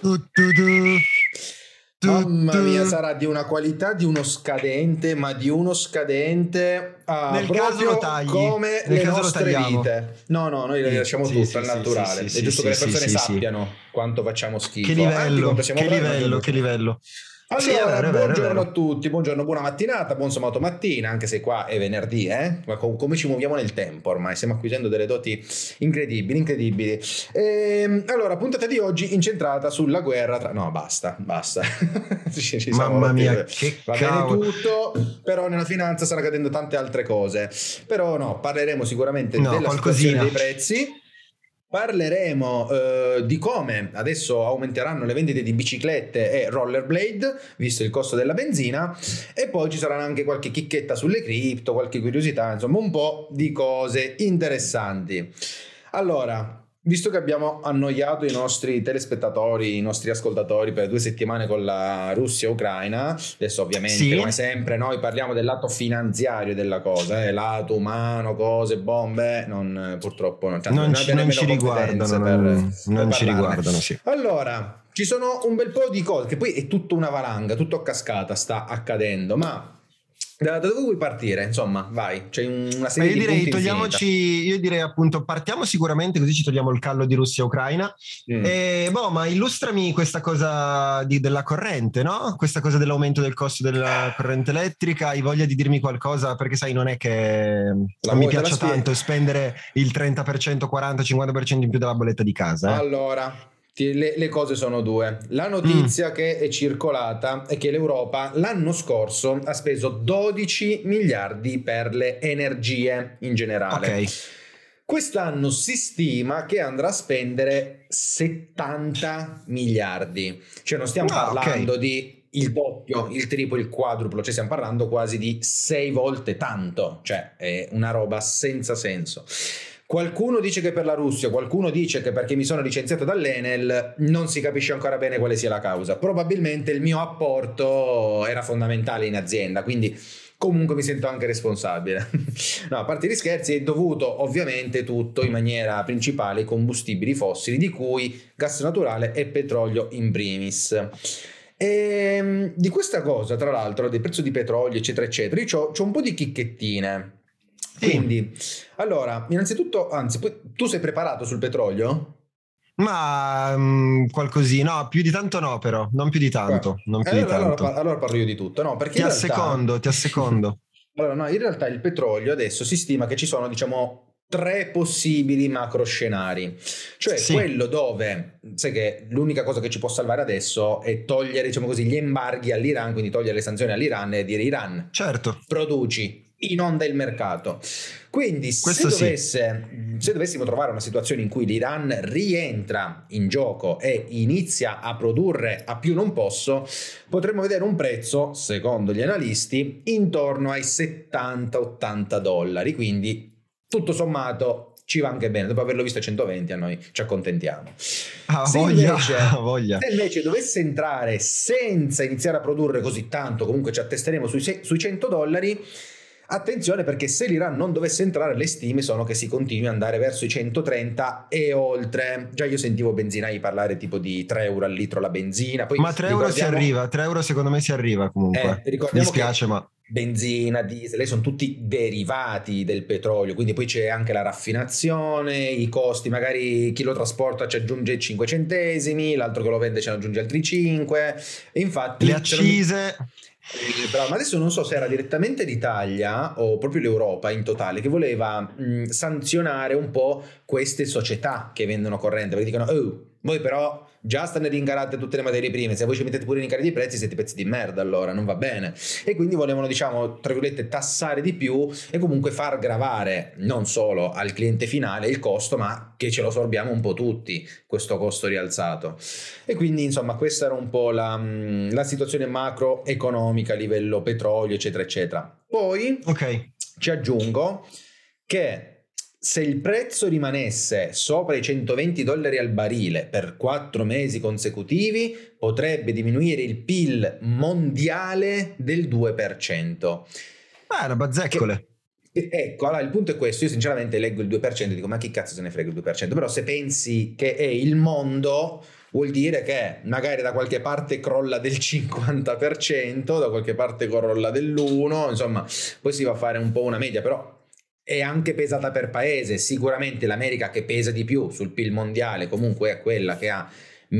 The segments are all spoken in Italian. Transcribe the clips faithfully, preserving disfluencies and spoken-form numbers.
Tu, tu, tu. Tu, Mamma tu. mia, sarà di una qualità di uno scadente, ma di uno scadente ah, Nel caso lo proprio tagli, come nel le caso lo nostre tagliamo. vite. No, no, noi le Sì, lasciamo sì, tutto sì, al sì, sì, naturale. sì, È sì, giusto che sì, le sì, persone sì, sì. sappiano quanto facciamo Che schifo. Anzi, livello, quanto siamo che bravi, ma livello, che soprattutto. livello. Sì, è Allora, vero, è vero, è buongiorno vero. a tutti, buongiorno, buona mattinata, buon sabato mattina, anche se qua è venerdì, eh? Ma com- come ci muoviamo nel tempo ormai, stiamo acquisendo delle doti incredibili, incredibili. Ehm, allora, puntata di oggi incentrata sulla guerra tra... No, basta, basta. ci, ci siamo Mamma rotti. mia, che Va bene cavolo. tutto, però nella finanza stanno accadendo tante altre cose. Però no, parleremo sicuramente No, della situazione qualcosina. dei prezzi. Parleremo eh, di come adesso aumenteranno le vendite di biciclette e rollerblade, visto il costo della benzina, e poi ci saranno anche qualche chicchetta sulle cripto, qualche curiosità, insomma un po' di cose interessanti. Allora, visto che abbiamo annoiato i nostri telespettatori, i nostri ascoltatori per due settimane con la Russia-Ucraina, adesso ovviamente Sì. come sempre noi parliamo del lato finanziario della cosa, eh, lato umano, cose, bombe, non, purtroppo non, tanto, Non non ci, abbiamo non nemmeno ci riguardano, competenze per, non, per non ci parlarne. riguardano, sì. Allora, ci sono un bel po' di cose, che poi è tutta una valanga, tutto a cascata sta accadendo, ma da, da dove vuoi partire? Insomma, vai, c'è una Ma serie io di direi punti infinita. togliamoci, io direi appunto partiamo sicuramente così ci togliamo il callo di Russia-Ucraina. Mm. E boh, ma illustrami questa cosa di- della corrente, no? Questa cosa dell'aumento del costo della corrente elettrica. Hai voglia di dirmi qualcosa? Perché sai, non è che La non mi vuoi, te la piaccia spie- tanto spendere il trenta per cento, quaranta, cinquanta per cento in più della bolletta di casa, eh. Allora, ti- le, le cose sono due. La Mm, notizia che è circolata è che l'Europa l'anno scorso ha speso dodici miliardi per le energie in generale. ok. Quest'anno si stima che andrà a spendere settanta miliardi. Cioè non stiamo Ah, ok. parlando di il doppio, il triplo, il quadruplo, cioè stiamo parlando quasi di sei volte tanto, cioè è una roba senza senso. Qualcuno dice che per la Russia, qualcuno dice che perché mi sono licenziato dall'Enel, non si capisce ancora bene quale sia la causa. Probabilmente il mio apporto era fondamentale in azienda, quindi comunque mi sento anche responsabile. No, a parte gli scherzi, è dovuto ovviamente tutto in maniera principale ai combustibili fossili, di cui gas naturale e petrolio in primis. E di questa cosa, tra l'altro, del prezzo di petrolio, eccetera, eccetera, io ho un po' di chicchettine. Sì. Quindi, allora, innanzitutto, anzi, poi, tu sei preparato sul petrolio? Ma mm, qualcosina, no, più di tanto no, però, non più di Qua. tanto, non più di Allora, allora, tanto. par- allora parlo io di tutto, no? Perché Ti in realtà, assecondo, ti assecondo. allora, no, in realtà il petrolio adesso si stima che ci sono, diciamo, tre possibili macro scenari. Cioè Sì, quello dove, sai che l'unica cosa che ci può salvare adesso è togliere, diciamo così, gli embarghi all'Iran, quindi togliere le sanzioni all'Iran e dire Iran, certo, produci, inonda il mercato. Quindi se, questo sì. dovesse, se dovessimo trovare una situazione in cui l'Iran rientra in gioco e inizia a produrre a più non posso, potremmo vedere un prezzo, secondo gli analisti, intorno ai settanta ottanta dollari, quindi tutto sommato ci va anche bene, dopo averlo visto a centoventi a noi ci accontentiamo. Ah, Se voglia, invece, ah, voglia. se invece dovesse entrare senza iniziare a produrre così tanto, comunque ci attesteremo sui, sui cento dollari. Attenzione, perché se l'Iran non dovesse entrare, le stime sono che si continui ad andare verso i centotrenta e oltre. Già io sentivo benzinai parlare tipo di tre euro al litro la benzina. Poi Ma tre euro si ricordiamo, arriva, tre euro secondo me si arriva eh, comunque. Mi ricordiamo spiace, che ma benzina, diesel sono tutti derivati del petrolio, quindi poi c'è anche la raffinazione, i costi, magari chi lo trasporta ci aggiunge cinque centesimi, l'altro che lo vende ci aggiunge altri cinque. E infatti le se non mi- accise. eh, bravo, ma adesso non so se era direttamente l'Italia o proprio l'Europa in totale che voleva mh, sanzionare un po' queste società che vendono corrente, perché dicono, oh, voi però già stanno rincarate tutte le materie prime, se voi ci mettete pure i rincari di prezzi siete pezzi di merda, allora non va bene. E quindi volevano, diciamo, tra virgolette, tassare di più e comunque far gravare non solo al cliente finale il costo, ma che ce lo sorbiamo un po' tutti, questo costo rialzato. E quindi, insomma, questa era un po' la, la situazione macroeconomica a livello petrolio, eccetera, eccetera. Poi Ok. ci aggiungo che se il prezzo rimanesse sopra i centoventi dollari al barile per quattro mesi consecutivi, potrebbe diminuire il P I L mondiale del due per cento. Beh, una Che, bazzecole. ecco, allora il punto è questo, io sinceramente leggo il due per cento e dico ma chi cazzo se ne frega il due per cento, però se pensi che è il mondo, vuol dire che magari da qualche parte crolla del cinquanta per cento, da qualche parte crolla dell'uno, insomma, poi si va a fare un po' una media, però è anche pesata per paese. Sicuramente l'America, che pesa di più sul P I L mondiale, comunque è quella che ha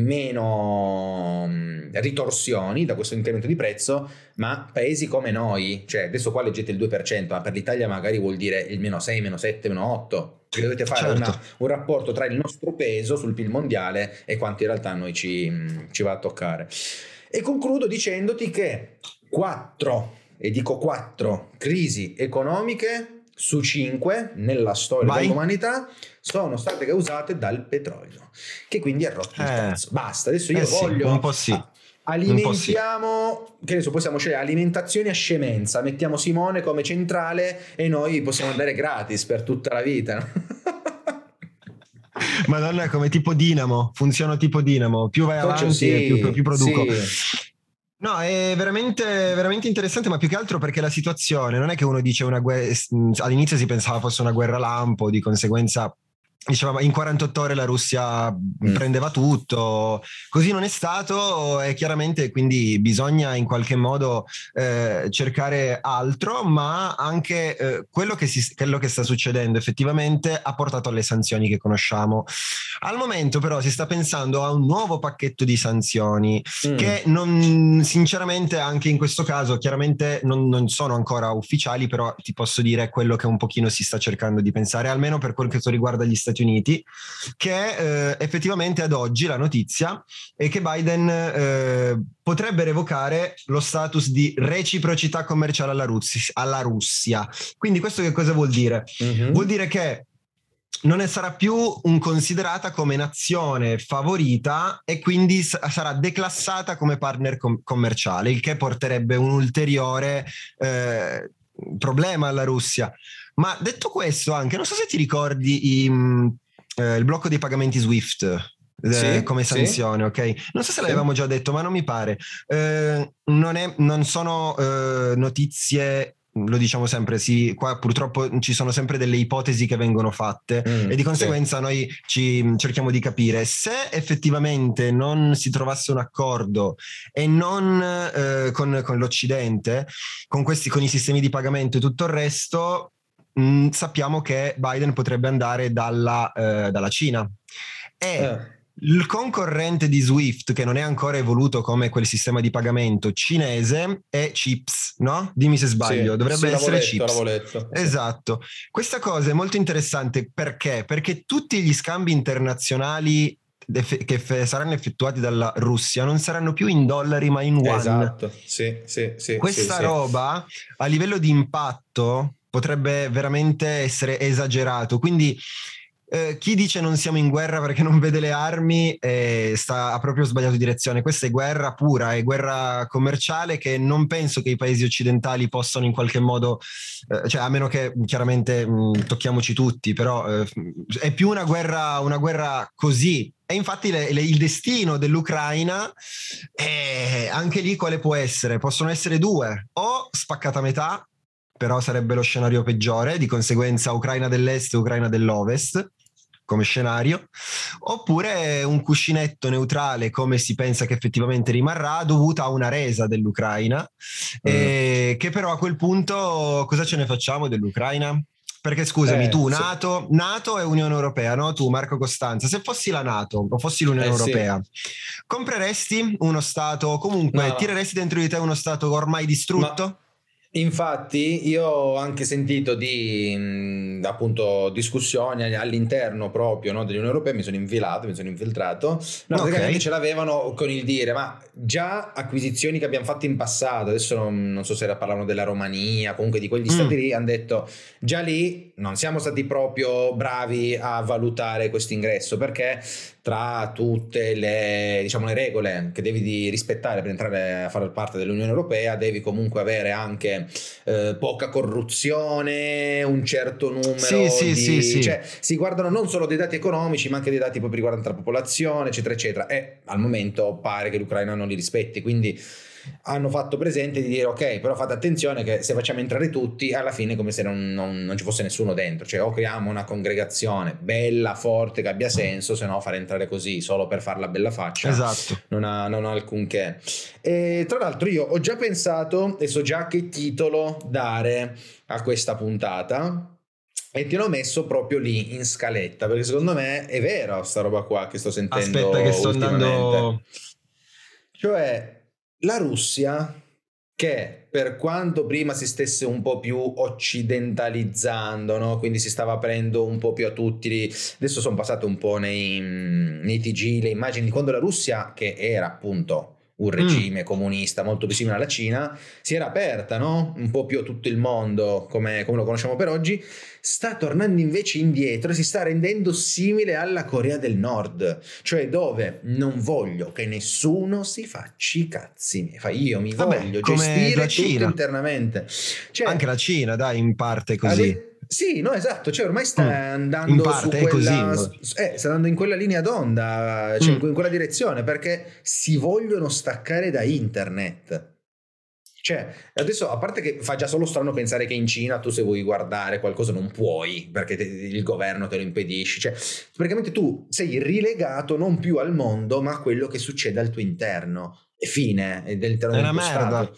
meno ritorsioni da questo incremento di prezzo, ma paesi come noi, cioè adesso qua leggete il due per cento, ma per l'Italia magari vuol dire il meno sei, meno sette, meno otto, perché dovete fare Certo. una, un rapporto tra il nostro peso sul P I L mondiale e quanto in realtà a noi ci, ci va a toccare. E concludo dicendoti che quattro, e dico quattro, crisi economiche su cinque nella storia Vai. dell'umanità sono state causate dal petrolio, che quindi ha rotto il Eh. cazzo. Basta, adesso io Eh sì, voglio un po' sì. alimentiamo, che adesso possiamo scegliere alimentazione a scemenza, mettiamo Simone come centrale e noi possiamo andare gratis per tutta la vita, no? Madonna, come tipo dinamo, funziona tipo dinamo, più vai Faccio avanti sì, e più, più produco. sì. No, è veramente, veramente interessante, ma più che altro perché la situazione non è che uno dice una guerra, all'inizio si pensava fosse una guerra lampo, di conseguenza diceva in quarantotto ore la Russia Mm. prendeva tutto, così non è stato, e chiaramente quindi bisogna in qualche modo eh, cercare altro, ma anche eh, quello, che si, quello che sta succedendo effettivamente ha portato alle sanzioni che conosciamo. Al momento però si sta pensando a un nuovo pacchetto di sanzioni Mm. che non, sinceramente anche in questo caso chiaramente non, non sono ancora ufficiali, però ti posso dire quello che un pochino si sta cercando di pensare, almeno per quel che riguarda gli Stati Uniti, che eh, effettivamente ad oggi la notizia è che Biden eh, potrebbe revocare lo status di reciprocità commerciale alla Russia, alla Russia. Quindi questo che cosa vuol dire? Mm-hmm. Vuol dire che non ne sarà più un considerata come nazione favorita e quindi sarà declassata come partner com- commerciale, il che porterebbe un ulteriore eh, problema alla Russia. Ma detto questo, anche non so se ti ricordi i, eh, il blocco dei pagamenti SWIFT eh, Sì, come sanzione, sì. ok? Non so se Sì. l'avevamo già detto, ma non mi pare. Eh, non, è, non sono eh, notizie, lo diciamo sempre, sì, qua purtroppo ci sono sempre delle ipotesi che vengono fatte Mm, e di conseguenza sì. noi ci cerchiamo di capire se effettivamente non si trovasse un accordo e non eh, con, con l'Occidente, con questi, con i sistemi di pagamento e tutto il resto, mh, sappiamo che Biden potrebbe andare dalla, eh, dalla Cina e Eh. il concorrente di SWIFT, che non è ancora evoluto come quel sistema di pagamento cinese, è CHIPS, no? Dimmi se sbaglio, Sì, dovrebbe sì, essere letto, CHIPS. letto, Esatto. Sì. Questa cosa è molto interessante perché? Perché tutti gli scambi internazionali che f- saranno effettuati dalla Russia non saranno più in dollari ma in yuan. Esatto, sì, sì, sì. Questa sì, roba sì. a livello di impatto potrebbe veramente essere esagerato, quindi eh, chi dice non siamo in guerra perché non vede le armi eh, sta, ha proprio sbagliato direzione. Questa è guerra pura, è guerra commerciale che non penso che i paesi occidentali possano in qualche modo, eh, cioè a meno che chiaramente mh, tocchiamoci tutti, però eh, è più una guerra, una guerra così. E infatti le, le, il destino dell'Ucraina eh, anche lì quale può essere? Possono essere due, o spaccata a metà, però sarebbe lo scenario peggiore, di conseguenza Ucraina dell'est e Ucraina dell'ovest come scenario, oppure un cuscinetto neutrale come si pensa che effettivamente rimarrà, dovuta a una resa dell'Ucraina, mm. e che però a quel punto cosa ce ne facciamo dell'Ucraina? Perché scusami, eh, tu sì. NATO, NATO e Unione Europea, no? Tu Marco Costanza, se fossi la NATO o fossi l'Unione eh, Europea, sì. compreresti uno Stato, comunque no, tireresti dentro di te uno Stato ormai distrutto? Ma... Infatti io ho anche sentito di mh, appunto discussioni all'interno proprio, no, dell'Unione Europea, mi sono infilato, mi sono infiltrato, no, praticamente Okay. ce l'avevano con il dire ma già acquisizioni che abbiamo fatto in passato, adesso non, non so se parlavano della Romania, comunque di quegli Mm. stati lì, hanno detto già lì non siamo stati proprio bravi a valutare questo ingresso, perché tra tutte le, diciamo, le regole che devi di rispettare per entrare a fare parte dell'Unione Europea devi comunque avere anche eh, poca corruzione, un certo numero sì, sì, di... sì, sì. cioè si guardano non solo dei dati economici ma anche dei dati proprio riguardanti la popolazione, eccetera eccetera, e al momento pare che l'Ucraina non li rispetti, quindi hanno fatto presente di dire ok, però fate attenzione che se facciamo entrare tutti alla fine è come se non, non, non ci fosse nessuno dentro, cioè o creiamo una congregazione bella, forte, che abbia senso, se no fare entrare entrare così solo per far la bella faccia. Esatto. Non ha, non ha alcunché. E tra l'altro io ho già pensato e so già che titolo dare a questa puntata. E te l'ho messo proprio lì in scaletta, perché secondo me è vero sta roba qua che sto sentendo. Aspetta che sto ultimamente. andando. Cioè, la Russia, che per quanto prima si stesse un po' più occidentalizzando, no? Quindi si stava aprendo un po' più a tutti, adesso sono passate un po' nei, nei T G le immagini di quando la Russia, che era appunto un regime mm. comunista molto più simile alla Cina, si era aperta, no? Un po' più a tutto il mondo come, come lo conosciamo per oggi, sta tornando invece indietro e si sta rendendo simile alla Corea del Nord, cioè dove non voglio che nessuno si faccia i cazzi miei, fa io mi Vabbè, voglio gestire tutto internamente. Cioè, anche la Cina, dai, in parte così. Sì, no, esatto, cioè ormai sta mm. andando in parte su quella, così. Eh, sta andando in quella linea d'onda, cioè mm. in quella direzione, perché si vogliono staccare da internet. Cioè, adesso, a parte che fa già solo strano pensare che in Cina tu se vuoi guardare qualcosa non puoi, perché te, il governo te lo impedisce. Cioè, praticamente tu sei rilegato non più al mondo, ma a quello che succede al tuo interno. E fine, dell'interno del tuo stato.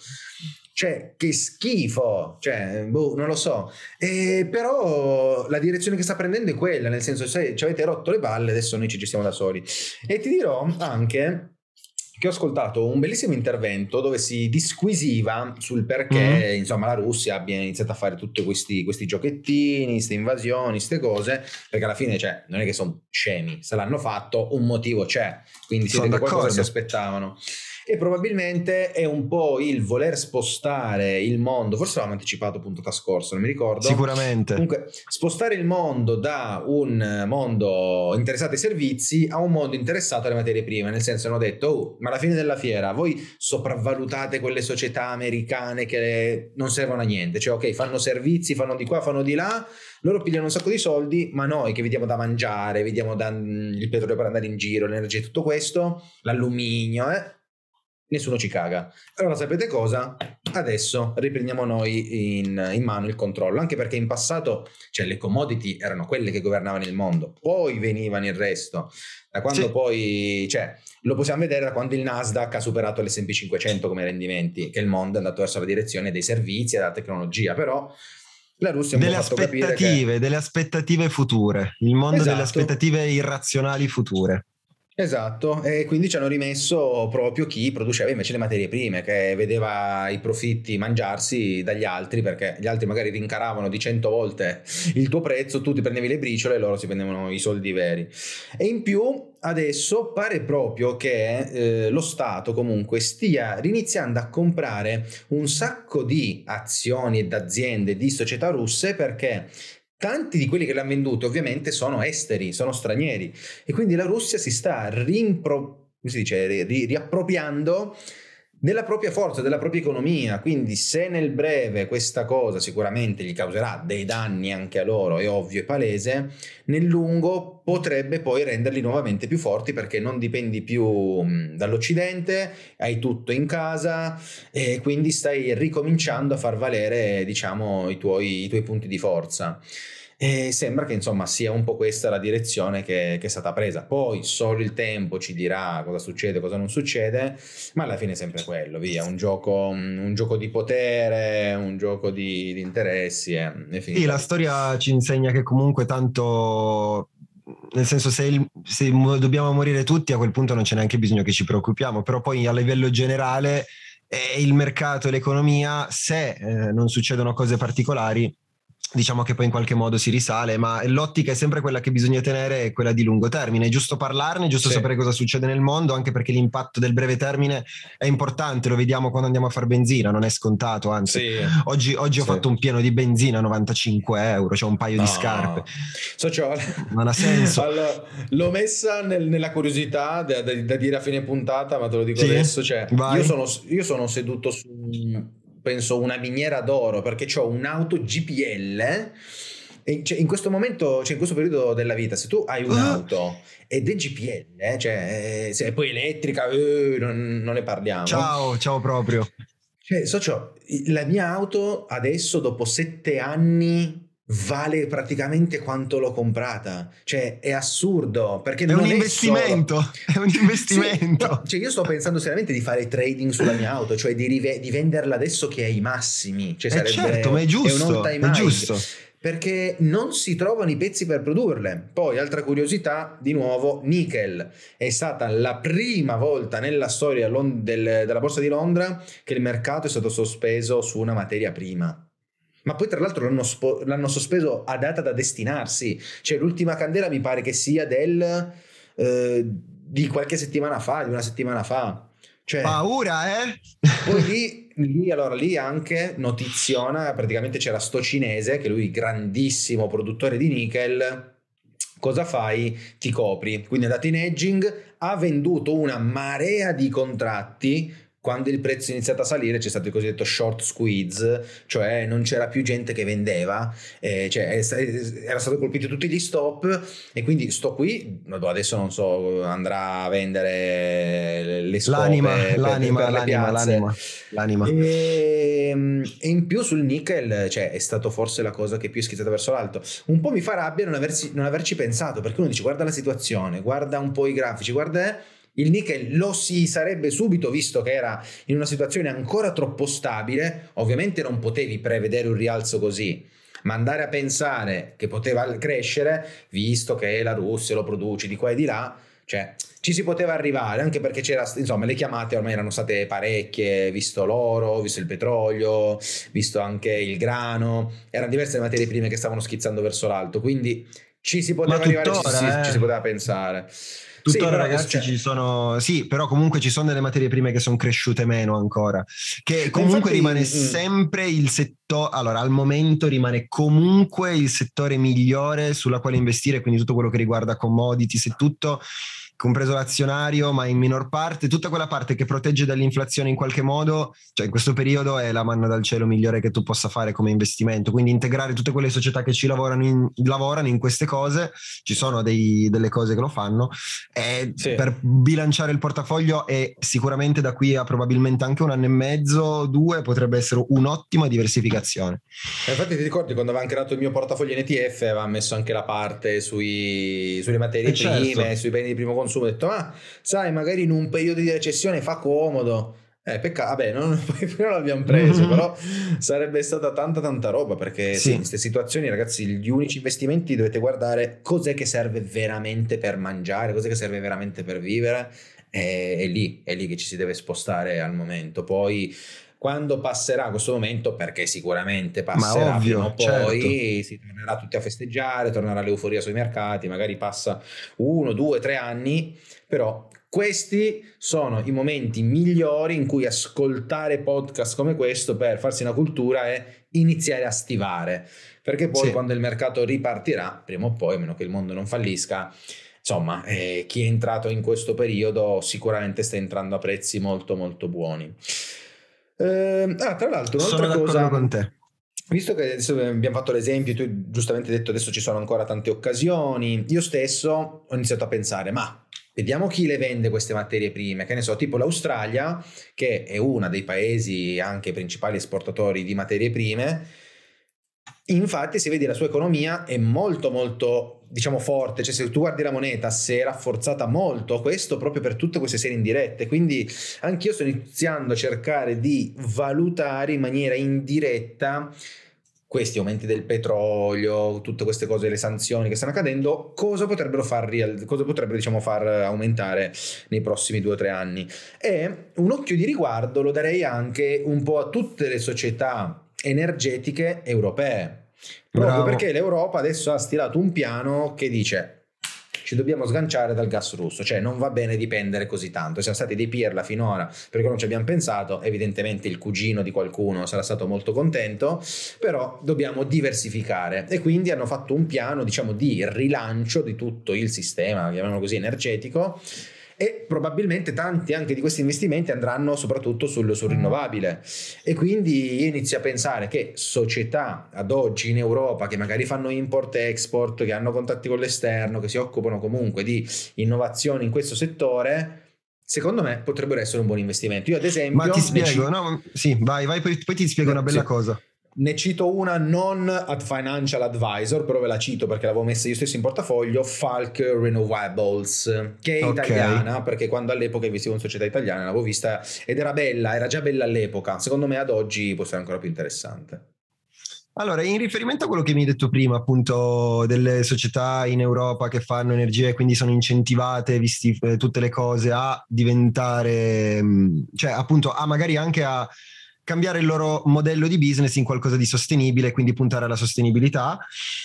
Cioè, che schifo, cioè, boh, non lo so. E però la direzione che sta prendendo è quella, nel senso, se ci avete rotto le balle, adesso noi ci gestiamo da soli. E ti dirò anche che ho ascoltato un bellissimo intervento dove si disquisiva sul perché, mm. insomma, la Russia abbia iniziato a fare tutti questi, questi giochettini, queste invasioni, queste cose, perché alla fine, cioè, non è che sono scemi, se l'hanno fatto, un motivo c'è, quindi si vede qualcosa si aspettavano. E probabilmente è un po' il voler spostare il mondo, forse l'avevamo anticipato puntata scorsa, non mi ricordo. Sicuramente. Comunque, spostare il mondo da un mondo interessato ai servizi a un mondo interessato alle materie prime, nel senso hanno detto, oh, ma alla fine della fiera voi sopravvalutate quelle società americane che non servono a niente, cioè ok, fanno servizi, fanno di qua, fanno di là, loro pigliano un sacco di soldi, ma noi che vi diamo da mangiare, vi diamo da, il petrolio per andare in giro, l'energia e tutto questo, l'alluminio, eh? Nessuno ci caga. Allora sapete cosa? Adesso riprendiamo noi in, in mano il controllo, anche perché in passato, cioè, le commodity erano quelle che governavano il mondo, poi venivano il resto. Da quando sì. poi, cioè, lo possiamo vedere da quando il Nasdaq ha superato l'esse and pi cinquecento come rendimenti, che il mondo è andato verso la direzione dei servizi e della tecnologia, però la Russia delle aspettative, che... delle aspettative future, il mondo esatto. delle aspettative irrazionali future. Esatto, e quindi ci hanno rimesso proprio chi produceva invece le materie prime, che vedeva i profitti mangiarsi dagli altri, perché gli altri magari rincaravano di cento volte il tuo prezzo, tu ti prendevi le briciole e loro si prendevano i soldi veri. E in più adesso pare proprio che eh, lo Stato comunque stia riniziando a comprare un sacco di azioni ed aziende di società russe, perché tanti di quelli che le hanno vendute ovviamente sono esteri, sono stranieri, e quindi la Russia si sta rimpro- come si dice, ri- riappropriando della propria forza, della propria economia. Quindi se nel breve questa cosa sicuramente gli causerà dei danni anche a loro, è ovvio e palese, nel lungo potrebbe poi renderli nuovamente più forti, perché non dipendi più dall'Occidente, hai tutto in casa e quindi stai ricominciando a far valere, diciamo, i tuoi, i tuoi punti di forza. E sembra che insomma sia un po' questa la direzione che, che è stata presa. Poi solo il tempo ci dirà cosa succede, cosa non succede, ma alla fine è sempre quello, via, un gioco, un gioco di potere, un gioco di, di interessi. E, e sì, la storia ci insegna che comunque tanto, nel senso, se, il, se dobbiamo morire tutti, a quel punto non c'è neanche bisogno che ci preoccupiamo, però poi a livello generale eh, il mercato e l'economia, se eh, non succedono cose particolari, diciamo che poi in qualche modo si risale, ma l'ottica è sempre quella che bisogna tenere, è quella di lungo termine. È giusto parlarne, è giusto sì. sapere cosa succede nel mondo, anche perché l'impatto del breve termine è importante, lo vediamo quando andiamo a far benzina, non è scontato, anzi sì. oggi, oggi sì. ho fatto un pieno di benzina a novantacinque euro, cioè un paio no. di scarpe, Socio, non ha senso. Allora, l'ho messa nel, nella curiosità da, da, da dire a fine puntata, ma te lo dico sì? adesso, cioè, io sono, io sono seduto su penso una miniera d'oro, perché ho un'auto G P L e cioè, in questo momento, cioè in questo periodo della vita, se tu hai un'auto ed è G P L, cioè se è poi elettrica, eh, non, non ne parliamo. Ciao, ciao proprio. Cioè, socio, la mia auto adesso dopo sette anni vale praticamente quanto l'ho comprata, cioè è assurdo, perché è non un è investimento, solo... è un investimento. Sì, no, cioè io sto pensando seriamente di fare trading sulla mia auto, cioè di, rive- di venderla adesso che è ai massimi, cioè Eh certo, ma sarebbe è è un all giusto, time è high, giusto. perché non si trovano i pezzi per produrle. Poi altra curiosità, di nuovo, nickel è stata la prima volta nella storia lon- del- della borsa di Londra che il mercato è stato sospeso su una materia prima. Ma poi tra l'altro l'hanno, spo- l'hanno sospeso a data da destinarsi, cioè l'ultima candela mi pare che sia del eh, di qualche settimana fa, di una settimana fa. Cioè, Paura, eh? poi lì, lì, allora lì anche notiziona, praticamente c'era sto cinese, che lui grandissimo produttore di nickel, cosa fai? Ti copri, quindi è andato in hedging, ha venduto una marea di contratti. Quando il prezzo è iniziato a salire c'è stato il cosiddetto short squeeze, cioè non c'era più gente che vendeva, eh, cioè era stato colpito tutti gli stop, e quindi sto qui, adesso non so, andrà a vendere le L'anima, scope per, per, l'anima, per le l'anima, piazze. l'anima, l'anima. E, e in più sul nickel, cioè è stato forse la cosa che più è schizzata verso l'alto. Un po' mi fa rabbia non, aversi, non averci pensato, perché uno dice guarda la situazione, guarda un po' i grafici, guarda il nickel lo si sarebbe subito visto che era in una situazione ancora troppo stabile. Ovviamente non potevi prevedere un rialzo così, ma andare a pensare che poteva crescere visto che la Russia lo produce di qua e di là, cioè ci si poteva arrivare, anche perché c'era, insomma, le chiamate ormai erano state parecchie, visto l'oro, visto il petrolio, visto anche il grano, erano diverse le materie prime che stavano schizzando verso l'alto, quindi ci si Ma poteva arrivare, ci si, tuttora, ci eh? si poteva pensare. Sì, Tuttora però ragazzi cioè, ci sono, sì, però comunque ci sono delle materie prime che sono cresciute meno ancora, che ma comunque infatti rimane mh, sempre il settore, allora al momento rimane comunque il settore migliore sulla quale investire, quindi tutto quello che riguarda commodities e tutto, compreso l'azionario, ma in minor parte, tutta quella parte che protegge dall'inflazione in qualche modo, cioè in questo periodo è la manna dal cielo migliore che tu possa fare come investimento, quindi integrare tutte quelle società che ci lavorano in, lavorano in queste cose, ci sono dei, delle cose che lo fanno, e sì. per bilanciare il portafoglio, e sicuramente da qui a probabilmente anche un anno e mezzo, due, potrebbe essere un'ottima diversificazione. Ma infatti ti ricordi quando avevamo creato il mio portafoglio in E T F, avevamo messo anche la parte sui, sulle materie E certo. prime, sui beni di primo consumo, ho detto ma sai magari in un periodo di recessione fa comodo. Eh, peccato, vabbè, non, non l'abbiamo preso, però sarebbe stata tanta tanta roba, perché sì, in Sì. queste situazioni ragazzi gli unici investimenti dovete guardare cos'è che serve veramente per mangiare, cos'è che serve veramente per vivere, e è lì, è lì che ci si deve spostare al momento. Poi quando passerà questo momento, perché sicuramente Ma passerà prima ovvio, o certo. poi, si tornerà tutti a festeggiare, tornerà l'euforia sui mercati, magari passa uno, due, tre anni, però questi sono i momenti migliori in cui ascoltare podcast come questo per farsi una cultura e iniziare a stivare, perché poi Sì. quando il mercato ripartirà, prima o poi, a meno che il mondo non fallisca, insomma, eh, chi è entrato in questo periodo sicuramente sta entrando a prezzi molto molto buoni. Eh, ah, tra l'altro, Sono un'altra d'accordo cosa, con te. visto che adesso abbiamo fatto l'esempio, tu giustamente hai detto adesso ci sono ancora tante occasioni, io stesso ho iniziato a pensare, ma vediamo chi le vende queste materie prime, che ne so, tipo l'Australia, che è uno dei paesi anche principali esportatori di materie prime. Infatti, se vedi la sua economia è molto molto, diciamo, forte, cioè se tu guardi la moneta si è rafforzata molto, questo proprio per tutte queste serie indirette, quindi anch'io sto iniziando a cercare di valutare in maniera indiretta questi aumenti del petrolio, tutte queste cose, le sanzioni che stanno accadendo, cosa potrebbero far, cosa potrebbero, diciamo, far aumentare nei prossimi due o tre anni. E un occhio di riguardo lo darei anche un po' a tutte le società energetiche europee, proprio Bravo. perché l'Europa adesso ha stilato un piano che dice ci dobbiamo sganciare dal gas russo, cioè non va bene dipendere così tanto, siamo stati dei pirla finora perché non ci abbiamo pensato, evidentemente il cugino di qualcuno sarà stato molto contento, però dobbiamo diversificare, e quindi hanno fatto un piano, diciamo, di rilancio di tutto il sistema, chiamiamolo così, energetico, e probabilmente tanti anche di questi investimenti andranno soprattutto sul, sul rinnovabile, e quindi io inizio a pensare che società ad oggi in Europa che magari fanno import e export, che hanno contatti con l'esterno, che si occupano comunque di innovazione in questo settore, secondo me potrebbero essere un buon investimento. Io ad Ma ti esempio ne spiego, ci... no? Sì, vai, vai, poi, poi ti spiego una no, bella sì. cosa. Ne cito una non ad financial advisor, però ve la cito perché l'avevo messa io stesso in portafoglio, Falk Renewables, che è Ok. italiana, perché quando all'epoca investivo in società italiana l'avevo vista ed era bella, era già bella all'epoca. Secondo me ad oggi può essere ancora più interessante. Allora, in riferimento a quello che mi hai detto prima, appunto, delle società in Europa che fanno energia e quindi sono incentivate, visti eh, tutte le cose, a diventare, mh, cioè appunto, a magari anche a cambiare il loro modello di business in qualcosa di sostenibile, quindi puntare alla sostenibilità.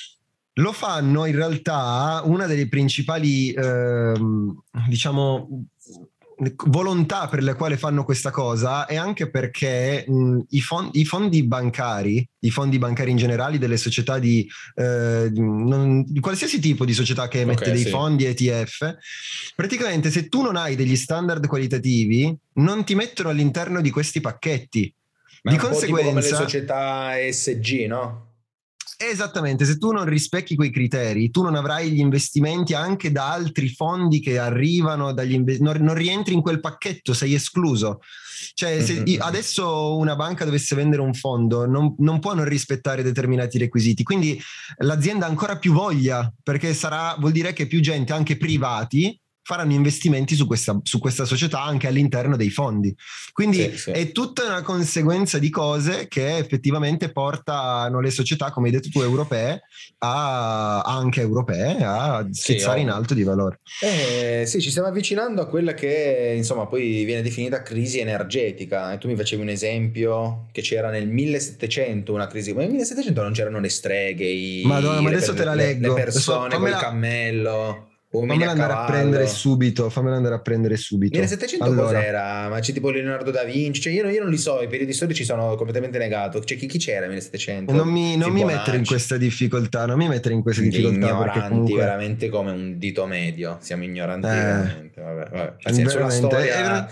Lo fanno in realtà una delle principali, ehm, diciamo, volontà per le quali fanno questa cosa è anche perché mh, i, fondi, i fondi bancari, i fondi bancari in generale, delle società di, eh, non, di qualsiasi tipo di società che emette Okay, dei sì. fondi E T F, praticamente se tu non hai degli standard qualitativi non ti mettono all'interno di questi pacchetti. Ma è Di un po' tipo come le conseguenza, società E S G, no? esattamente, se tu non rispecchi quei criteri, tu non avrai gli investimenti anche da altri fondi che arrivano, dagli inve- non, non rientri in quel pacchetto, sei escluso. Cioè, se Mm-hmm. adesso una banca dovesse vendere un fondo, non, non può non rispettare determinati requisiti, quindi l'azienda ha ancora più voglia, perché sarà, vuol dire che più gente, anche privati, faranno investimenti su questa, su questa società anche all'interno dei fondi. Quindi Sì, sì. è tutta una conseguenza di cose che effettivamente portano le società, come hai detto tu, europee, a, anche europee, a schizzare Sì, in oh. alto di valore. Eh, sì, ci stiamo avvicinando a quella che insomma poi viene definita crisi energetica. E tu mi facevi un esempio che c'era nel millesettecento una crisi, ma nel millesettecento non c'erano le streghe, i, Madonna, ma le, adesso te la le, le leggo. Adesso persone col fammela, cammello, uomini fammela a andare a prendere cavallo. subito, fammela andare a prendere subito. millesettecento Allora, cos'era? Ma c'è tipo Leonardo da Vinci? Cioè io, io non li so, i periodi storici sono completamente negato. Cioè chi, chi c'era nel non millesettecento? mi, non mi mettere in Fibonacci. questa difficoltà, non mi mettere in questa difficoltà perché Ignoranti comunque veramente come un dito medio, siamo ignoranti eh, veramente. Vabbè, vabbè. Pazienza, sulla veramente è, è storia, ver-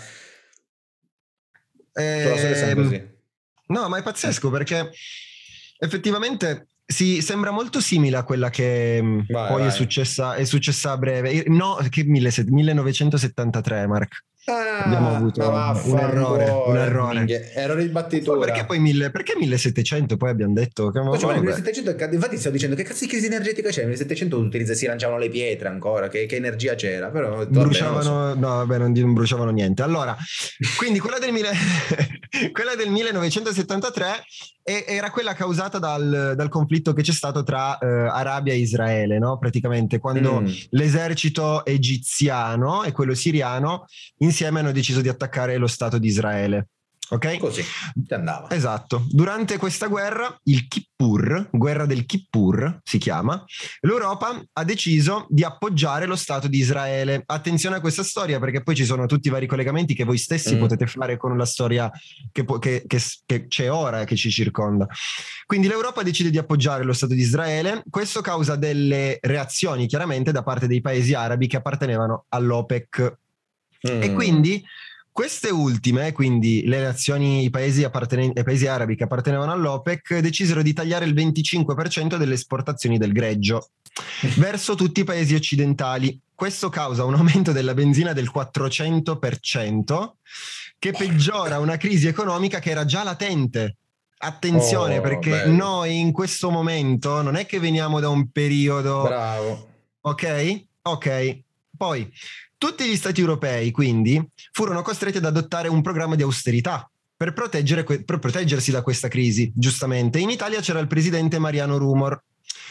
sulla storia siamo Ehm, così. no, ma è pazzesco perché effettivamente si sembra molto simile a quella che mh, Vai, poi è vai. successa, è successa a breve. No, che millenovecentosettantatré, Mark. Abbiamo Ah, avuto ma un errore, un vaffanculo, errore. minchia, errore di Poi perché poi battitura. mille, perché millesettecento? Poi abbiamo detto che ma, No, cioè, ma nel vabbè. millesettecento, ca- infatti stavo dicendo che cazzo di crisi energetica c'è? Nel millesettecento utilizza- si lanciavano le pietre ancora, che, che energia c'era? Però ho detto, vabbè, non lo so. Bruciavano, no, vabbè, non, non bruciavano niente. Allora, quindi quella del, mille, quella del millenovecentosettantatré è, era quella causata dal, dal conflitto che c'è stato tra eh, Arabia e Israele, no? Praticamente quando Mm. l'esercito egiziano e quello siriano insieme hanno deciso di attaccare lo Stato di Israele. Ok? Così, ti andava. Esatto. Durante questa guerra, il Kippur, guerra del Kippur si chiama, l'Europa ha deciso di appoggiare lo Stato di Israele. Attenzione a questa storia perché poi ci sono tutti i vari collegamenti che voi stessi Mm. potete fare con la storia che, che, che, che c'è ora e che ci circonda. Quindi l'Europa decide di appoggiare lo Stato di Israele. Questo causa delle reazioni chiaramente da parte dei paesi arabi che appartenevano all'OPEC. Mm. E quindi queste ultime, quindi le nazioni, i paesi, appartenen- i paesi arabi che appartenevano all'OPEC, decisero di tagliare il venticinque per cento delle esportazioni del greggio verso tutti i paesi occidentali. Questo causa un aumento della benzina del quattrocento per cento che peggiora una crisi economica che era già latente. Attenzione, Oh, perché bello. noi in questo momento non è che veniamo da un periodo... Bravo. Ok? Ok. Poi tutti gli stati europei quindi furono costretti ad adottare un programma di austerità per, proteggere, per proteggersi da questa crisi, giustamente. In Italia c'era il presidente Mariano Rumor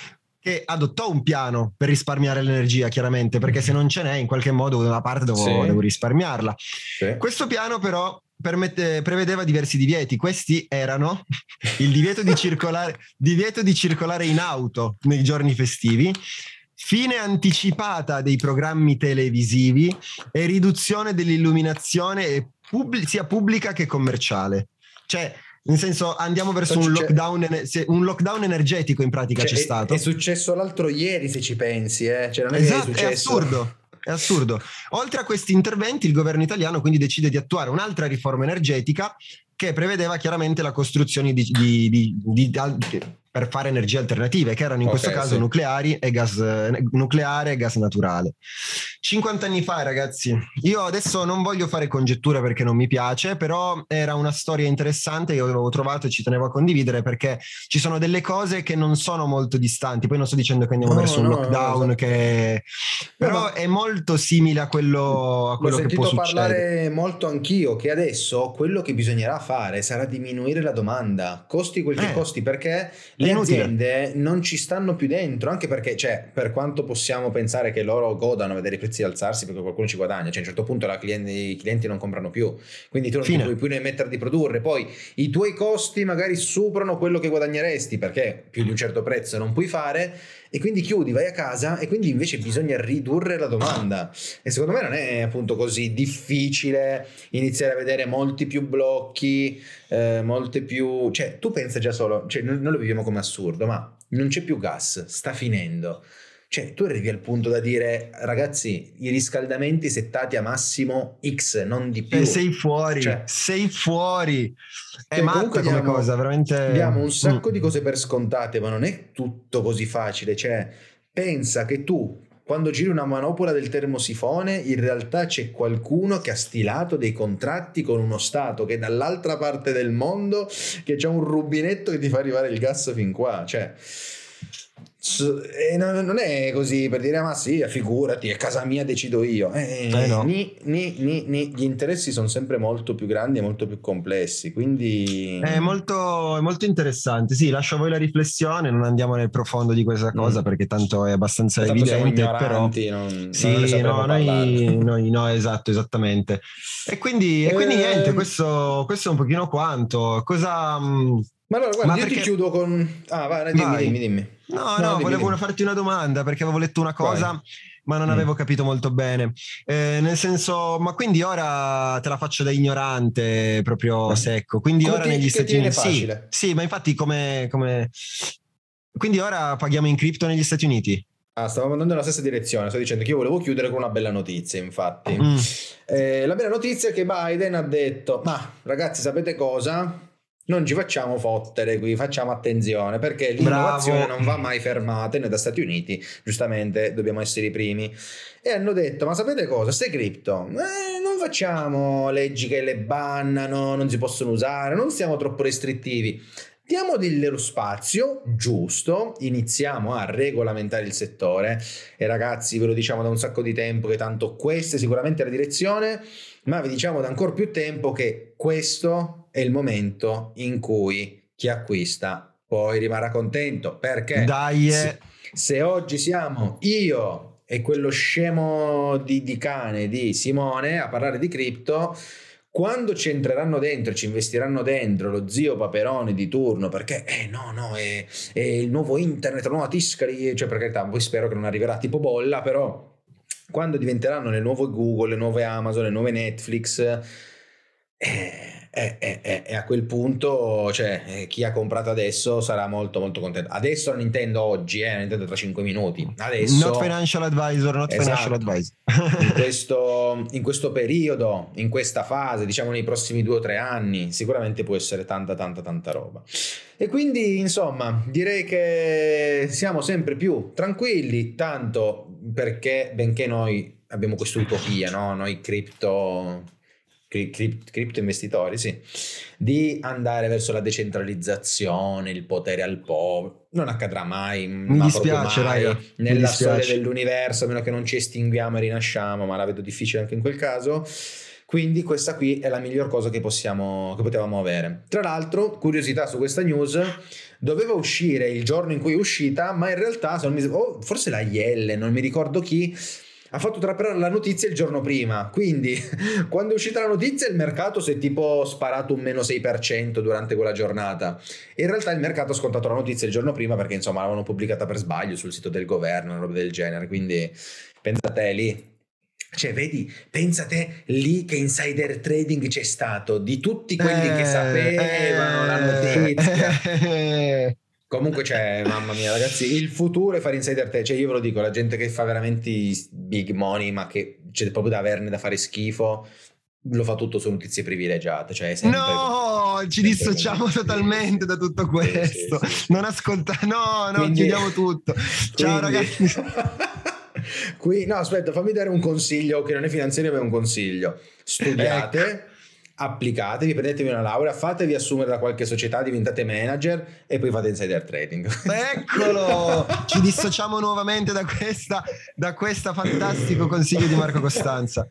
che adottò un piano per risparmiare l'energia, chiaramente, perché se non ce n'è in qualche modo da una parte devo, Sì. devo risparmiarla. Sì. Questo piano però permette, prevedeva diversi divieti. Questi erano il divieto di circolare, divieto di circolare in auto nei giorni festivi, fine anticipata dei programmi televisivi e riduzione dell'illuminazione pub- sia pubblica che commerciale. Cioè, nel senso, andiamo verso un lockdown, un lockdown energetico in pratica cioè, c'è è, stato. È successo l'altro ieri se ci pensi, eh? Cioè, non è esatto, che è successo. È assurdo. È assurdo. Oltre a questi interventi, il governo italiano quindi decide di attuare un'altra riforma energetica che prevedeva chiaramente la costruzione di, di, di, di, di per fare energie alternative, che erano in Ok, questo caso sì. nucleari e gas eh, nucleare e gas naturale. cinquanta anni fa, ragazzi, io adesso non voglio fare congetture perché non mi piace, però era una storia interessante che io avevo trovato e ci tenevo a condividere, perché ci sono delle cose che non sono molto distanti. Poi non sto dicendo che andiamo No, verso un no, no, lockdown, esatto. che... No, però ma è molto simile a quello, a l'ho quello che può sentito succedere. parlare molto anch'io, che adesso quello che bisognerà fare sarà diminuire la domanda, costi quel che Eh, costi, perché è le inutile. aziende non ci stanno più dentro, anche perché, cioè, per quanto possiamo pensare che loro godano a vedere i prezzi alzarsi perché qualcuno ci guadagna, cioè a un certo punto la cliente, i clienti non comprano più, quindi tu non ti Fine. puoi più ne mettere di produrre, poi i tuoi costi magari superano quello che guadagneresti, perché più di un certo prezzo non puoi fare, e quindi chiudi, vai a casa, e quindi invece bisogna ridurre la domanda. E secondo me non è appunto così difficile iniziare a vedere molti più blocchi, eh, molte più... Cioè, tu pensa già solo, cioè, noi, noi lo viviamo come assurdo, ma non c'è più gas, sta finendo. Cioè, tu arrivi al punto da dire, ragazzi, i riscaldamenti settati a massimo X, non di Cioè, più. sei fuori, Cioè, sei fuori. È cioè, comunque matta come cosa, diamo, veramente. diamo un Mm. sacco di cose per scontate, ma non è tutto così facile. Cioè, pensa che tu, quando giri una manopola del termosifone, in realtà c'è qualcuno che ha stilato dei contratti con uno Stato che è dall'altra parte del mondo, che c'ha un rubinetto che ti fa arrivare il gas fin qua. Cioè, s- e non, non è così per dire, "Ah, ma sì, figurati, è casa mia, decido io." Eh Eh, no. ni, ni, ni, ni. Gli interessi sono sempre molto più grandi e molto più complessi, È quindi... molto, è molto interessante. Sì, lascio a voi la riflessione, non andiamo nel profondo di questa cosa Mm. perché tanto è abbastanza E tanto siamo evidente, però ignoranti, non, non ne sì, sapremo no, parlare. noi, noi no, esatto, esattamente. E quindi, e quindi niente, Ehm, questo, questo è un pochino quanto. Cosa... mh, ma allora, guarda, Ma io ti perché... chiudo con... Ah, vai, dimmi, dimmi, Vai. dimmi. No, No, no, dimmi, volevo dimmi. farti una domanda perché avevo letto una Vai. cosa, ma non Mm. avevo capito molto bene. Eh, nel senso, ma quindi ora te la faccio da ignorante, proprio Eh? secco. Quindi Come ora ti, negli che ti Stati viene Uniti, sì, facile? sì, ma infatti come, come... Quindi ora paghiamo in cripto negli Stati Uniti? Ah, stavo andando nella stessa direzione. Sto dicendo che io volevo chiudere con una bella notizia, infatti. Mm, Eh, la bella notizia è che Biden ha detto: ma ragazzi, sapete cosa? Non ci facciamo fottere qui, facciamo attenzione, perché l'innovazione bravo. non va mai fermata. E noi da Stati Uniti, giustamente, dobbiamo essere i primi. E hanno detto: ma sapete cosa? Ste cripto, eh, non facciamo leggi che le bannano, non si possono usare, non siamo troppo restrittivi. Diamo dello spazio giusto, iniziamo a regolamentare il settore, e ragazzi ve lo diciamo da un sacco di tempo che tanto questa è sicuramente la direzione, ma vi diciamo da ancora più tempo che questo è il momento in cui chi acquista poi rimarrà contento, perché Dai, se, eh. se oggi siamo io e quello scemo di, di cane di Simone a parlare di cripto, quando ci entreranno dentro e ci investiranno dentro lo zio Paperone di turno, perché eh no no è, è il nuovo internet, la nuova Tiscali, cioè per carità poi spero che non arriverà tipo bolla, però quando diventeranno le nuove Google, le nuove Amazon, le nuove Netflix, eh, eh, eh, eh, e a quel punto, cioè, eh, chi ha comprato adesso sarà molto molto contento. Adesso la Nintendo oggi, eh, la Nintendo tra cinque minuti. Not Adesso, financial advisor, not financial esatto, advisor. in questo, in questo periodo, in questa fase, diciamo nei prossimi due o tre anni, sicuramente può essere tanta tanta tanta roba. E quindi, insomma, direi che siamo sempre più tranquilli, tanto perché, benché noi abbiamo questa utopia, no? Noi cripto, cri- cri- cripto investitori, sì, di andare verso la decentralizzazione, il potere al popolo. Non accadrà mai, Mi ma proprio dispiace, raga, mai, mi nella storia dispiace. dell'universo, a meno che non ci estinguiamo e rinasciamo, ma la vedo difficile anche in quel caso. Quindi questa qui è la miglior cosa che possiamo, che potevamo avere. Tra l'altro, curiosità su questa news, doveva uscire il giorno in cui è uscita, ma in realtà, se non mi, oh, forse la Ielle, non mi ricordo chi, ha fatto trapelare la notizia il giorno prima. Quindi, quando è uscita la notizia, il mercato si è tipo sparato un meno sei per cento durante quella giornata. E in realtà il mercato ha scontato la notizia il giorno prima perché, insomma, l'avevano pubblicata per sbaglio sul sito del governo, una roba del genere. Quindi, pensate lì. Cioè, vedi, pensate lì che insider trading c'è stato di tutti quelli che Eh, sapevano la eh, notizia. eh. Comunque c'è, mamma mia, ragazzi, il futuro è fare insider trading. Cioè, io ve lo dico, la gente che fa veramente i big money, ma che c'è proprio da averne da fare schifo, lo fa tutto su notizie privilegiate, cioè sempre, no, ci dissociamo così. Totalmente da tutto questo, sì, sì, sì. Non ascolta, no, no, quindi, chiudiamo tutto. Ciao quindi... ragazzi. Qui, no, aspetta, fammi dare un consiglio che non è finanziario, ma è un consiglio. Studiate, ecco. Applicatevi, prendetevi una laurea, fatevi assumere da qualche società, diventate manager e poi fate insider trading. Eccolo, ci dissociamo nuovamente da questa da questo fantastico consiglio di Marco Costanza.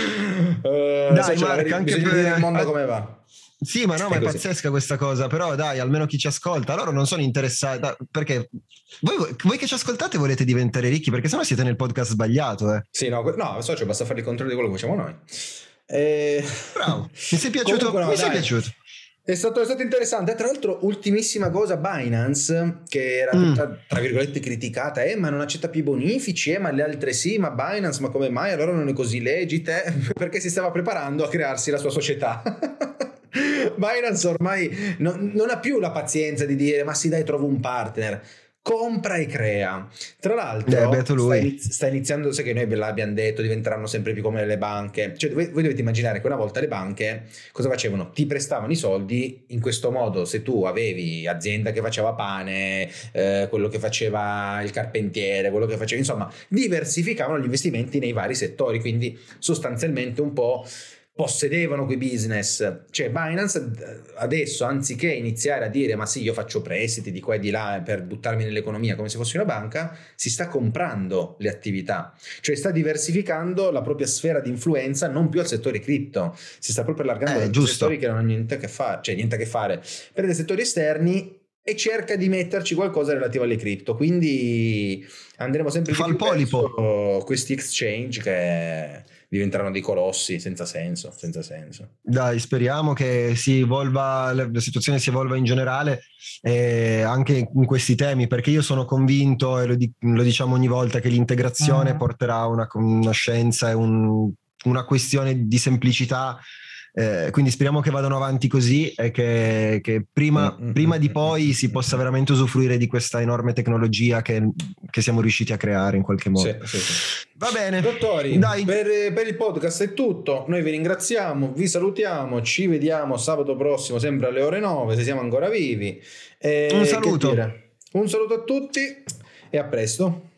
Uh, dai, Marco, anche per il mondo come va. Sì, ma no, ma è, è pazzesca questa cosa, però dai, almeno chi ci ascolta, loro non sono interessati, perché voi, voi che ci ascoltate volete diventare ricchi, perché sennò siete nel podcast sbagliato, eh. Sì, no, no, socio, basta fare il controllo di quello che facciamo noi. Eh... Bravo, mi sei piaciuto, Comunque, no, mi sei piaciuto. È stato, è stato interessante. Tra l'altro, ultimissima cosa, Binance, che era tutta, mm. tra virgolette, criticata, eh, ma non accetta più i bonifici, eh, ma le altre sì, ma Binance, ma come mai? Allora non è così legit, perché si stava preparando a crearsi la sua società. Binance ormai non, non ha più la pazienza di dire, ma sì dai, trovo un partner. Compra e crea. Tra l'altro eh, sta, iniz- sta iniziando, sai che noi ve l'abbiamo detto, diventeranno sempre più come le banche, cioè voi, voi dovete immaginare che una volta le banche cosa facevano? Ti prestavano i soldi in questo modo. Se tu avevi azienda che faceva pane, eh, quello che faceva il carpentiere, quello che faceva, insomma, diversificavano gli investimenti nei vari settori, quindi sostanzialmente un po' possedevano quei business. Cioè Binance adesso, anziché iniziare a dire ma sì, io faccio prestiti di qua e di là per buttarmi nell'economia come se fossi una banca, si sta comprando le attività, cioè sta diversificando la propria sfera di influenza, non più al settore cripto, si sta proprio allargando eh, a settori che non hanno niente a che fare, cioè niente a che fare per dei settori esterni, e cerca di metterci qualcosa relativo alle cripto. Quindi andremo sempre Fa di più il polipo verso questi exchange che diventeranno dei colossi senza senso, senza senso. Dai, speriamo che si evolva, la situazione si evolva in generale, eh, anche in questi temi, perché io sono convinto, e lo, di, lo diciamo ogni volta, che l'integrazione uh-huh. porterà una conoscenza e un, una questione di semplicità. Eh, quindi speriamo che vadano avanti così e che, che prima, mm-hmm. prima di poi si possa veramente usufruire di questa enorme tecnologia che, che siamo riusciti a creare in qualche modo. Sì, sì, sì. Va bene, dottori, Dai. Per, per il podcast è tutto. Noi vi ringraziamo, vi salutiamo, ci vediamo sabato prossimo sempre alle ore nove se siamo ancora vivi. E un saluto un saluto a tutti e a presto.